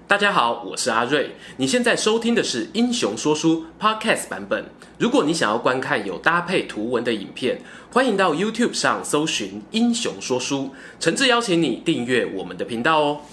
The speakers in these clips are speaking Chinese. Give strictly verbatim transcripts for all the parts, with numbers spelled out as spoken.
大家好，我是阿瑞。你现在收听的是《英雄说书》Podcast 版本。如果你想要观看有搭配图文的影片，欢迎到 YouTube 上搜寻《英雄说书》，诚挚邀请你订阅我们的频道哦。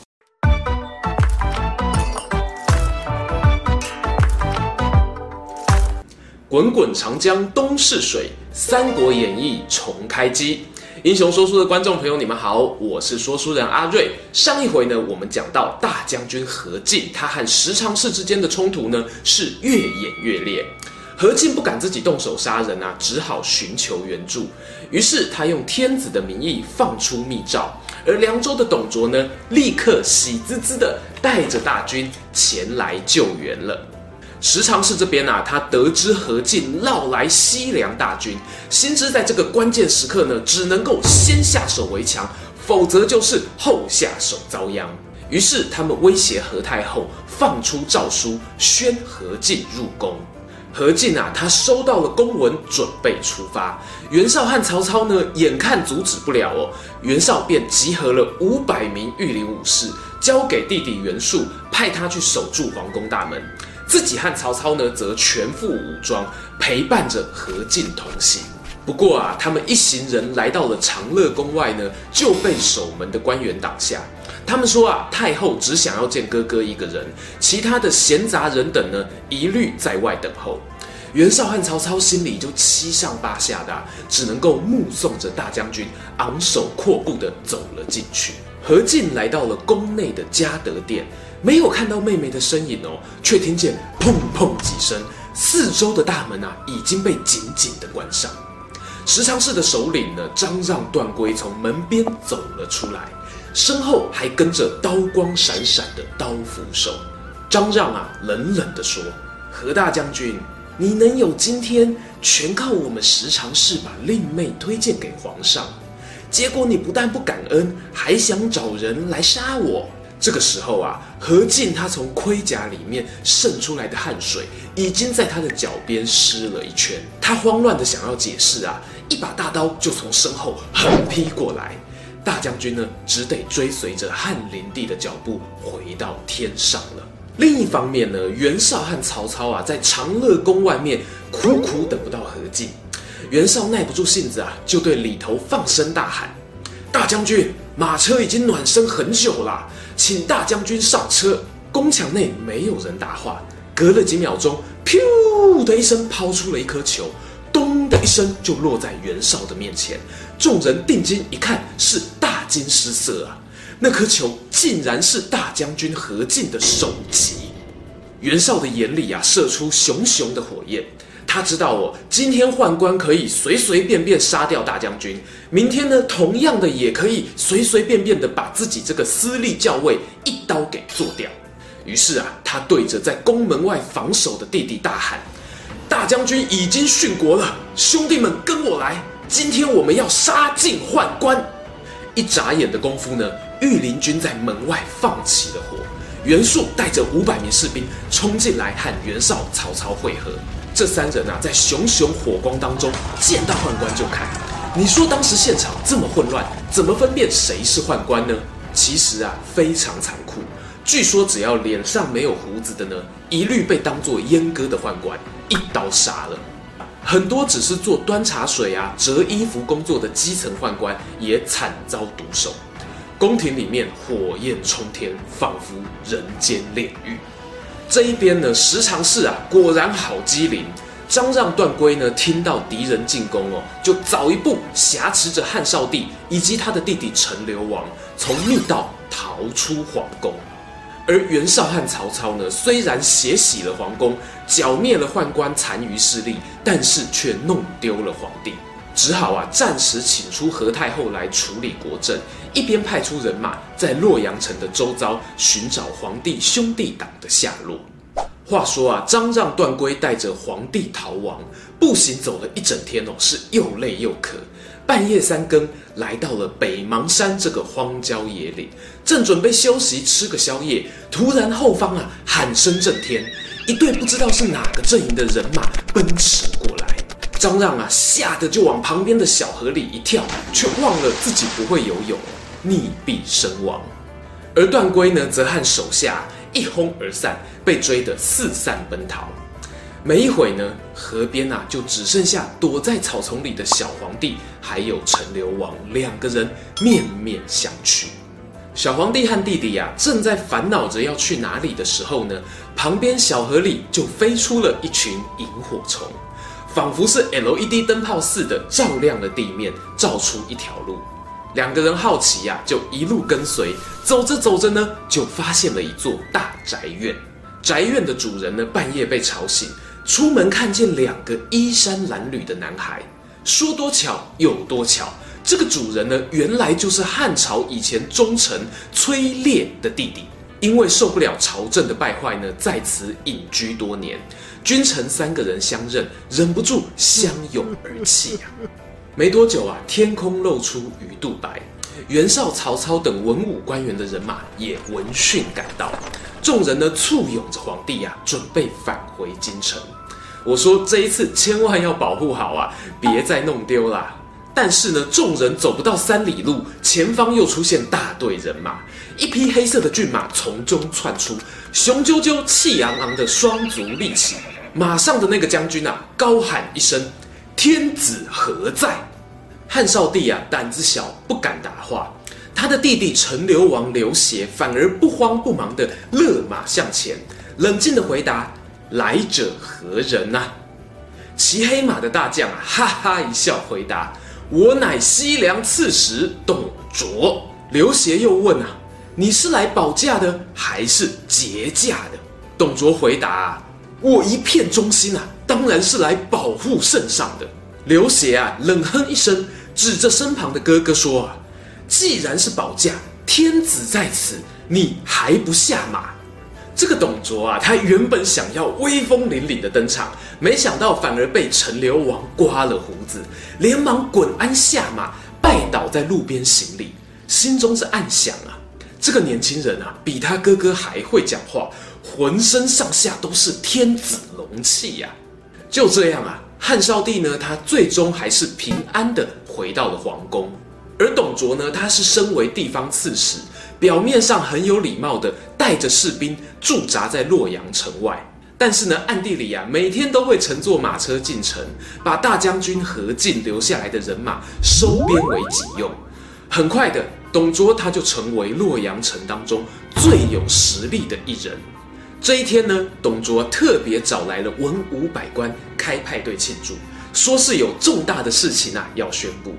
滚滚长江东逝水，三国演义重开机。英雄说书的观众朋友，你们好，我是说书人阿瑞。上一回呢，我们讲到大将军何进，他和十常侍之间的冲突呢是越演越烈。何进不敢自己动手杀人啊，只好寻求援助。于是他用天子的名义放出密诏，而凉州的董卓呢，立刻喜滋滋的带着大军前来救援了。十常侍这边啊，他得知何进绕来西凉大军，心知在这个关键时刻呢，只能够先下手为强，否则就是后下手遭殃。于是他们威胁何太后，放出诏书宣何进入宫。何进啊，他收到了公文，准备出发。袁绍和曹操呢，眼看阻止不了哦，袁绍便集合了五百名御林武士，交给弟弟袁术，派他去守住皇宫大门。自己和曹操呢，则全副武装，陪伴着何进同行。不过啊，他们一行人来到了长乐宫外呢，就被守门的官员挡下。他们说啊，太后只想要见哥哥一个人，其他的闲杂人等呢，一律在外等候。袁绍和曹操心里就七上八下的、啊，只能够目送着大将军昂首阔步的走了进去。何进来到了宫内的嘉德殿，没有看到妹妹的身影哦，却听见砰砰几声，四周的大门啊已经被紧紧的关上。十常侍的首领呢，张让、段珪从门边走了出来，身后还跟着刀光闪闪的刀斧手。张让啊，冷冷地说：“何大将军，你能有今天，全靠我们十常侍把令妹推荐给皇上。结果你不但不感恩，还想找人来杀我。”这个时候啊，何进他从盔甲里面渗出来的汗水，已经在他的脚边湿了一圈。他慌乱的想要解释啊，一把大刀就从身后横劈过来。大将军呢，只得追随着汉灵帝的脚步回到天上了。另一方面呢，袁绍和曹操啊，在长乐宫外面苦苦等不到何进。袁绍耐不住性子啊，就对里头放声大喊：“大将军，马车已经暖身很久了，请大将军上车。”宫墙内没有人答话，隔了几秒钟，噗的一声抛出了一颗球，咚的一声就落在袁绍的面前。众人定睛一看，是大惊失色啊！那颗球竟然是大将军何进的首级。袁绍的眼里啊，射出熊熊的火焰。他知道哦，今天宦官可以随随便便杀掉大将军，明天呢，同样的也可以随随便便的把自己这个私立校尉一刀给做掉。于是啊，他对着在宫门外防守的弟弟大喊：“大将军已经殉国了，兄弟们跟我来，今天我们要杀尽宦官！”一眨眼的功夫呢，御林军在门外放起了火。袁术带着五百名士兵冲进来和袁绍、曹操会合。这三人啊，在熊熊火光当中见到宦官就砍。你说当时现场这么混乱，怎么分辨谁是宦官呢？其实啊，非常残酷。据说只要脸上没有胡子的呢，一律被当作阉割的宦官，一刀杀了。很多只是做端茶水啊、折衣服工作的基层宦官也惨遭毒手。宫廷里面火焰冲天，仿佛人间炼狱。这一边呢，十常侍啊，果然好机灵。张让、段珪呢，听到敌人进攻哦，就早一步挟持着汉少帝以及他的弟弟陈留王，从密道逃出皇宫。而袁绍和曹操呢，虽然血洗了皇宫，剿灭了宦官残余势力，但是却弄丢了皇帝，只好啊，暂时请出何太后来处理国政，一边派出人马在洛阳城的周遭寻找皇帝兄弟党的下落。话说啊，张让、段珪带着皇帝逃亡，步行走了一整天哦，是又累又渴。半夜三更，来到了北邙山这个荒郊野岭，正准备休息吃个宵夜，突然后方啊喊声震天，一队不知道是哪个阵营的人马奔驰过来。张让啊吓得就往旁边的小河里一跳，却忘了自己不会游泳，溺毙身亡。而段珪呢，则和手下一哄而散，被追得四散奔逃。没一会呢，河边啊就只剩下躲在草丛里的小皇帝，还有陈留王两个人面面相觑。小皇帝和弟弟啊正在烦恼着要去哪里的时候呢，旁边小河里就飞出了一群萤火虫，仿佛是 L E D 灯泡似的照亮了地面，照出一条路。两个人好奇啊，就一路跟随，走着走着呢，就发现了一座大宅院。宅院的主人呢，半夜被吵醒，出门看见两个衣衫褴褛的男孩。说多巧有多巧，这个主人呢，原来就是汉朝以前忠臣崔烈的弟弟。因为受不了朝政的败坏呢，在此隐居多年。君臣三个人相认，忍不住相拥而泣啊。没多久啊，天空露出鱼肚白，袁绍、曹操等文武官员的人马也闻讯赶到。众人呢簇拥着皇帝啊，准备返回京城。我说这一次千万要保护好啊，别再弄丢啦。但是呢，众人走不到三里路，前方又出现大队人马，一匹黑色的骏马从中窜出，雄赳赳、气昂昂的双足立起。马上的那个将军啊，高喊一声：“天子何在？”汉少帝啊，胆子小，不敢答话。他的弟弟陈留王刘协反而不慌不忙地勒马向前，冷静地回答：“来者何人啊？”骑黑马的大将啊，哈哈一笑回答：“我乃西凉刺史董卓。”刘协又问啊：“你是来保驾的，还是劫驾的？”董卓回答啊：“我一片忠心啊，当然是来保护圣上的。”刘协啊，冷哼一声，指着身旁的哥哥说啊：“既然是保驾，天子在此，你还不下马？”这个董卓啊，他原本想要威风凛凛的登场，没想到反而被陈留王刮了胡子，连忙滚鞍下马，拜倒在路边行礼，心中是暗想啊，这个年轻人啊，比他哥哥还会讲话，浑身上下都是天子龙气呀、啊。就这样啊，汉少帝呢，他最终还是平安的回到了皇宫。而董卓呢，他是身为地方刺史，表面上很有礼貌的带着士兵驻扎在洛阳城外，但是呢，暗地里啊，每天都会乘坐马车进城，把大将军何进留下来的人马收编为己用。很快的，董卓他就成为洛阳城当中最有实力的一人。这一天呢，董卓特别找来了文武百官开派对庆祝，说是有重大的事情啊要宣布。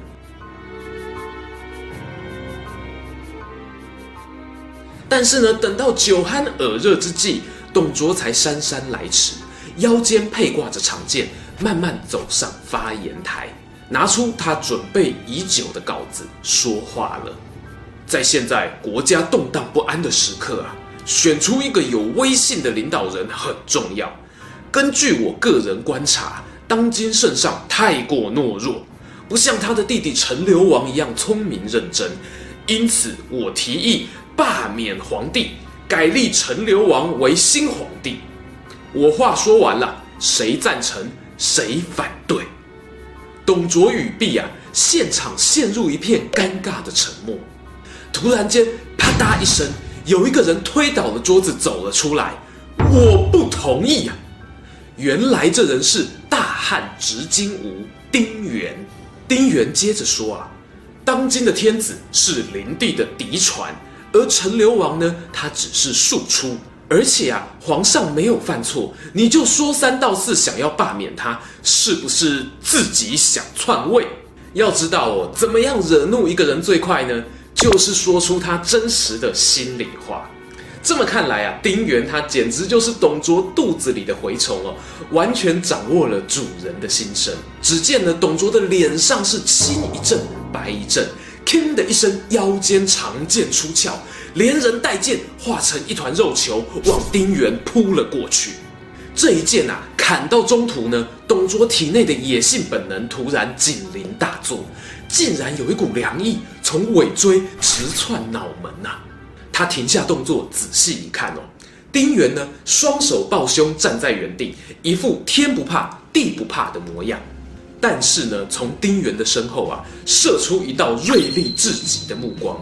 但是呢，等到酒酣耳热之际，董卓才姗姗来迟，腰间佩挂着长剑，慢慢走上发言台，拿出他准备已久的稿子，说话了。在现在国家动荡不安的时刻啊，选出一个有威信的领导人很重要。根据我个人观察，当今圣上太过懦弱，不像他的弟弟陈留王一样聪明认真，因此我提议罢免皇帝，改立陈留王为新皇帝。我话说完了，谁赞成谁反对？董卓语毕啊，现场陷入一片尴尬的沉默。突然间，啪嗒一声，有一个人推倒了桌子走了出来。我不同意啊！原来这人是大汉执金吾丁原。丁原接着说啊，当今的天子是灵帝的嫡传。而陈留王呢，他只是庶出，而且啊，皇上没有犯错，你就说三道四想要罢免他，是不是自己想篡位？要知道哦，怎么样惹怒一个人最快呢？就是说出他真实的心里话。这么看来啊，丁原他简直就是董卓肚子里的蛔虫哦，完全掌握了主人的心声。只见呢，董卓的脸上是青一阵白一阵，铿的一声，腰间长剑出鞘，连人带剑化成一团肉球，往丁原扑了过去。这一剑啊，砍到中途呢，董卓体内的野性本能突然警铃大作，竟然有一股凉意从尾椎直窜脑门啊！他停下动作，仔细一看哦，丁原呢，双手抱胸站在原地，一副天不怕地不怕的模样。但是呢，从丁原的身后啊，射出一道锐利至极的目光，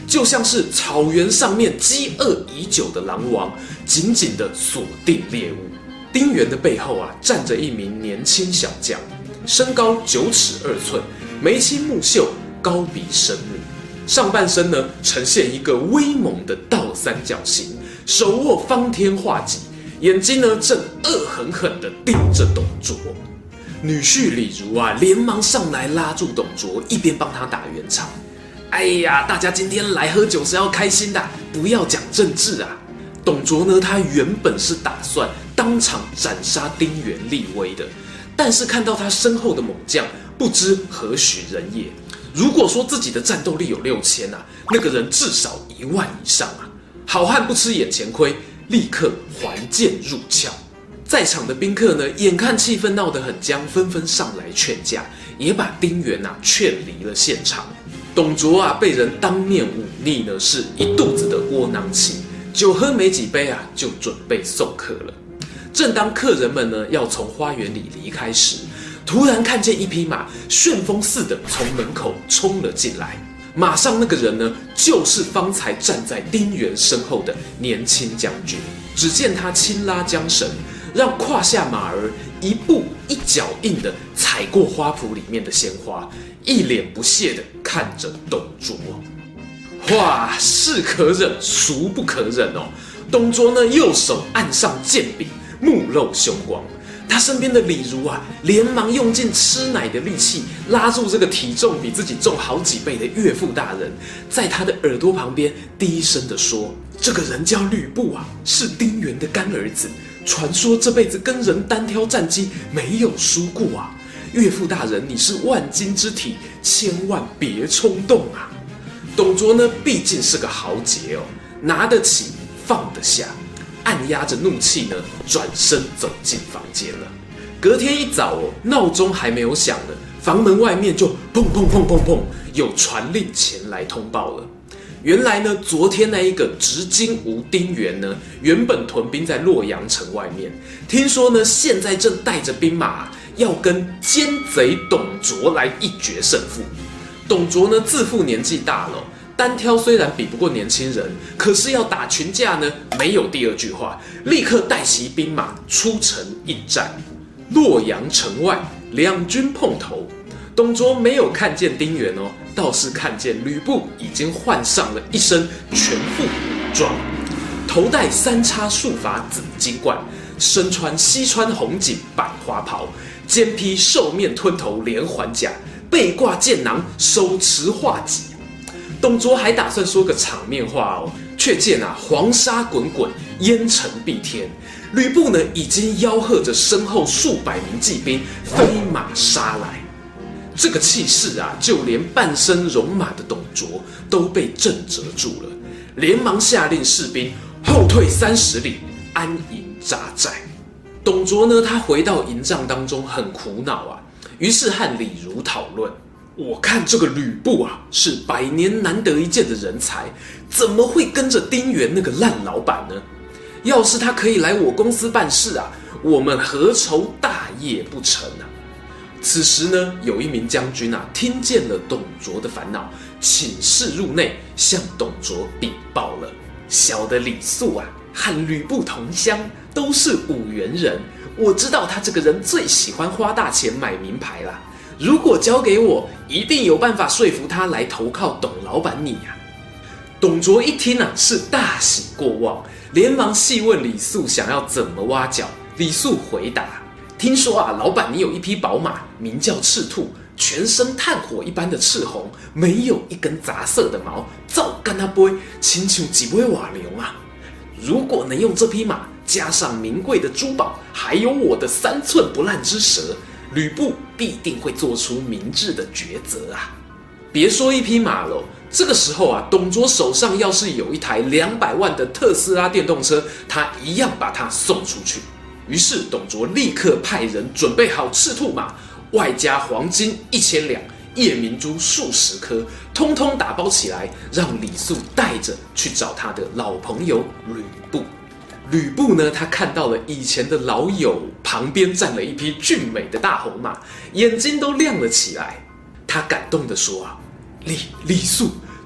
就像是草原上面饥饿已久的狼王，紧紧地锁定猎物。丁原的背后啊，站着一名年轻小将，身高九尺二寸，眉清目秀，高鼻深目，上半身呢呈现一个威猛的倒三角形，手握方天画戟，眼睛呢正恶狠狠地盯着董卓。女婿李儒啊，连忙上来拉住董卓，一边帮他打圆场。哎呀，大家今天来喝酒是要开心的，不要讲政治啊。董卓呢，他原本是打算当场斩杀丁原立威的，但是看到他身后的猛将，不知何许人也。如果说自己的战斗力有六千啊，那个人至少一万以上啊。好汉不吃眼前亏，立刻还剑入鞘。在场的宾客呢，眼看气氛闹得很僵，纷纷上来劝架，也把丁原啊劝离了现场。董卓啊，被人当面忤逆呢，是一肚子的窝囊气，酒喝没几杯啊，就准备送客了。正当客人们呢要从花园里离开时，突然看见一匹马旋风似的从门口冲了进来。马上那个人呢，就是方才站在丁原身后的年轻将军。只见他轻拉缰绳，让胯下马儿一步一脚印的踩过花圃里面的鲜花，一脸不屑的看着董卓。哇，是可忍，孰不可忍哦！董卓呢，右手按上剑柄，目露凶光。他身边的李儒啊，连忙用尽吃奶的力气，拉住这个体重比自己重好几倍的岳父大人，在他的耳朵旁边低声的说：“这个人叫吕布啊，是丁原的干儿子。传说这辈子跟人单挑战机没有输过啊！岳父大人，你是万金之体，千万别冲动啊！”董卓呢，毕竟是个豪杰哦，拿得起，放得下。按压着怒气呢，转身走进房间了。隔天一早哦，闹钟还没有响呢，房门外面就砰砰砰砰砰，有传令前来通报了。原来呢，昨天那一个执金吾丁原呢，原本屯兵在洛阳城外面，听说呢，现在正带着兵马要跟奸贼董卓来一决胜负。董卓呢，自负年纪大了，单挑虽然比不过年轻人，可是要打群架呢，没有第二句话，立刻带齐兵马出城应战。洛阳城外，两军碰头，董卓没有看见丁原哦，倒是看见吕布已经换上了一身全副武装，头戴三叉束发紫金冠，身穿西川红锦百花袍，肩披兽面吞头连环甲，背挂剑囊，手持画戟。董卓还打算说个场面话哦，却见啊黄沙滚滚，烟尘蔽天。吕布呢，已经吆喝着身后数百名骑兵飞马杀来。这个气势啊，就连半身戎马的董卓都被震慑住了，连忙下令士兵后退三十里，安营扎寨。董卓呢，他回到营帐当中很苦恼啊，于是和李儒讨论。我看这个吕布啊，是百年难得一见的人才，怎么会跟着丁原那个烂老板呢？要是他可以来我公司办事啊，我们何愁大业不成啊？此时呢，有一名将军啊，听见了董卓的烦恼，请示入内，向董卓禀报了。小的李肃啊，和吕布同乡，都是五原人，我知道他这个人最喜欢花大钱买名牌啦。如果交给我，一定有办法说服他来投靠董老板你啊！董卓一听啊，是大喜过望，连忙细问李肃想要怎么挖角。李肃回答：听说啊，老板你有一匹宝马，名叫赤兔，全身炭火一般的赤红，没有一根杂色的毛，照干它杯，亲像几杯瓦流啊！如果能用这匹马加上名贵的珠宝，还有我的三寸不烂之舌，吕布必定会做出明智的抉择啊！别说一匹马了，这个时候啊，董卓手上要是有一台两百万的特斯拉电动车，他一样把它送出去。于是董卓立刻派人准备好赤兔马，外加黄金一千两、夜明珠数十颗，通通打包起来，让李肃带着去找他的老朋友吕布。吕布呢，他看到了以前的老友旁边站了一匹俊美的大红马，眼睛都亮了起来。他感动地说啊：“李李肃，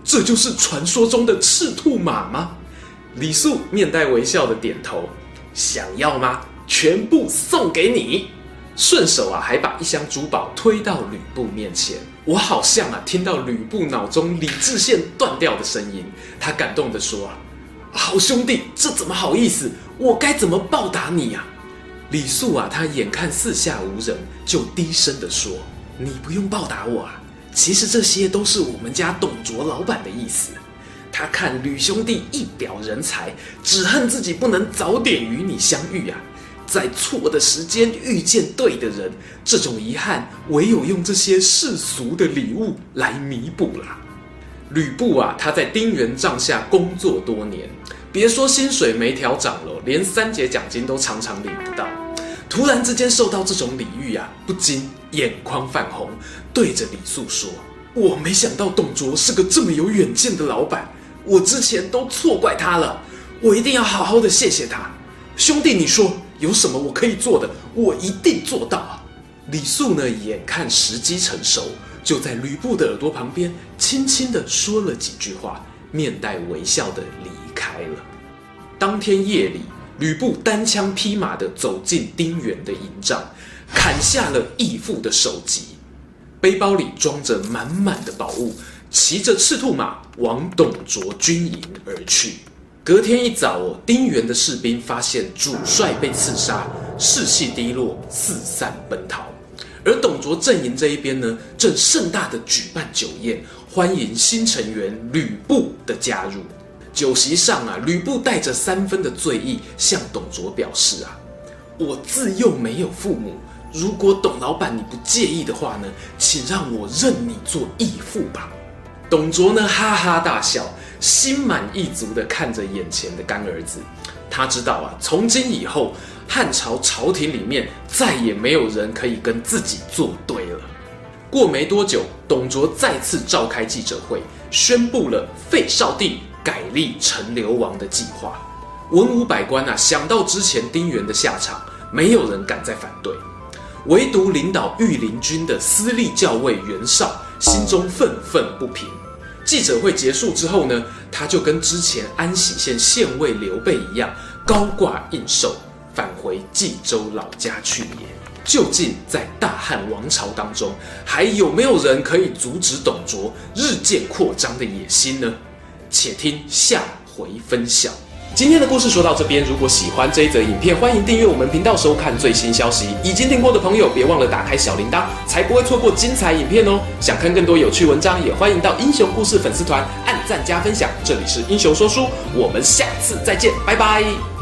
这就是传说中的赤兔马吗？李肃面带微笑的点头，想要吗？全部送给你。顺手啊，还把一箱珠宝推到吕布面前。我好像啊，听到吕布脑中理智线断掉的声音。他感动地说啊：“好兄弟，这怎么好意思？我该怎么报答你啊？”李肃啊，他眼看四下无人，就低声地说：“你不用报答我啊，其实这些都是我们家董卓老板的意思。他看吕兄弟一表人才，只恨自己不能早点与你相遇啊。在错的时间遇见对的人，这种遗憾唯有用这些世俗的礼物来弥补啦。”吕布啊，他在丁原帐下工作多年，别说薪水没调涨了，连三节奖金都常常领不到。突然之间受到这种礼遇啊，不禁眼眶泛红，对着李肃说：“我没想到董卓是个这么有远见的老板，我之前都错怪他了，我一定要好好的谢谢他。兄弟，你说有什么我可以做的，我一定做到啊！”李肃呢，眼看时机成熟，就在吕布的耳朵旁边轻轻地说了几句话，面带微笑地离开了。当天夜里，吕布单枪匹马地走进丁原的营帐，砍下了义父的首级，背包里装着满满的宝物，骑着赤兔马往董卓军营而去。隔天一早哦，丁原的士兵发现主帅被刺杀，士气低落，四散奔逃。而董卓阵营这一边呢，正盛大的举办酒宴，欢迎新成员吕布的加入。酒席上啊，吕布带着三分的醉意向董卓表示啊：“我自幼没有父母，如果董老板你不介意的话呢，请让我认你做义父吧。”董卓呢，哈哈大笑，心满意足地看着眼前的干儿子。他知道啊，从今以后，汉朝朝廷里面再也没有人可以跟自己作对了。过没多久，董卓再次召开记者会，宣布了废少帝，改立陈留王的计划。文武百官啊，想到之前丁原的下场，没有人敢再反对。唯独领导御林军的司隶校尉袁绍，心中愤愤不平。记者会结束之后呢，他就跟之前安喜县县尉刘备一样，高挂印绶，返回冀州老家去也。究竟在大汉王朝当中，还有没有人可以阻止董卓日渐扩张的野心呢？且听下回分晓。今天的故事说到这边，如果喜欢这一则影片，欢迎订阅我们频道收看最新消息。已经订过的朋友，别忘了打开小铃铛，才不会错过精彩影片哦。想看更多有趣文章，也欢迎到英雄故事粉丝团按赞加分享。这里是英雄说书，我们下次再见，拜拜。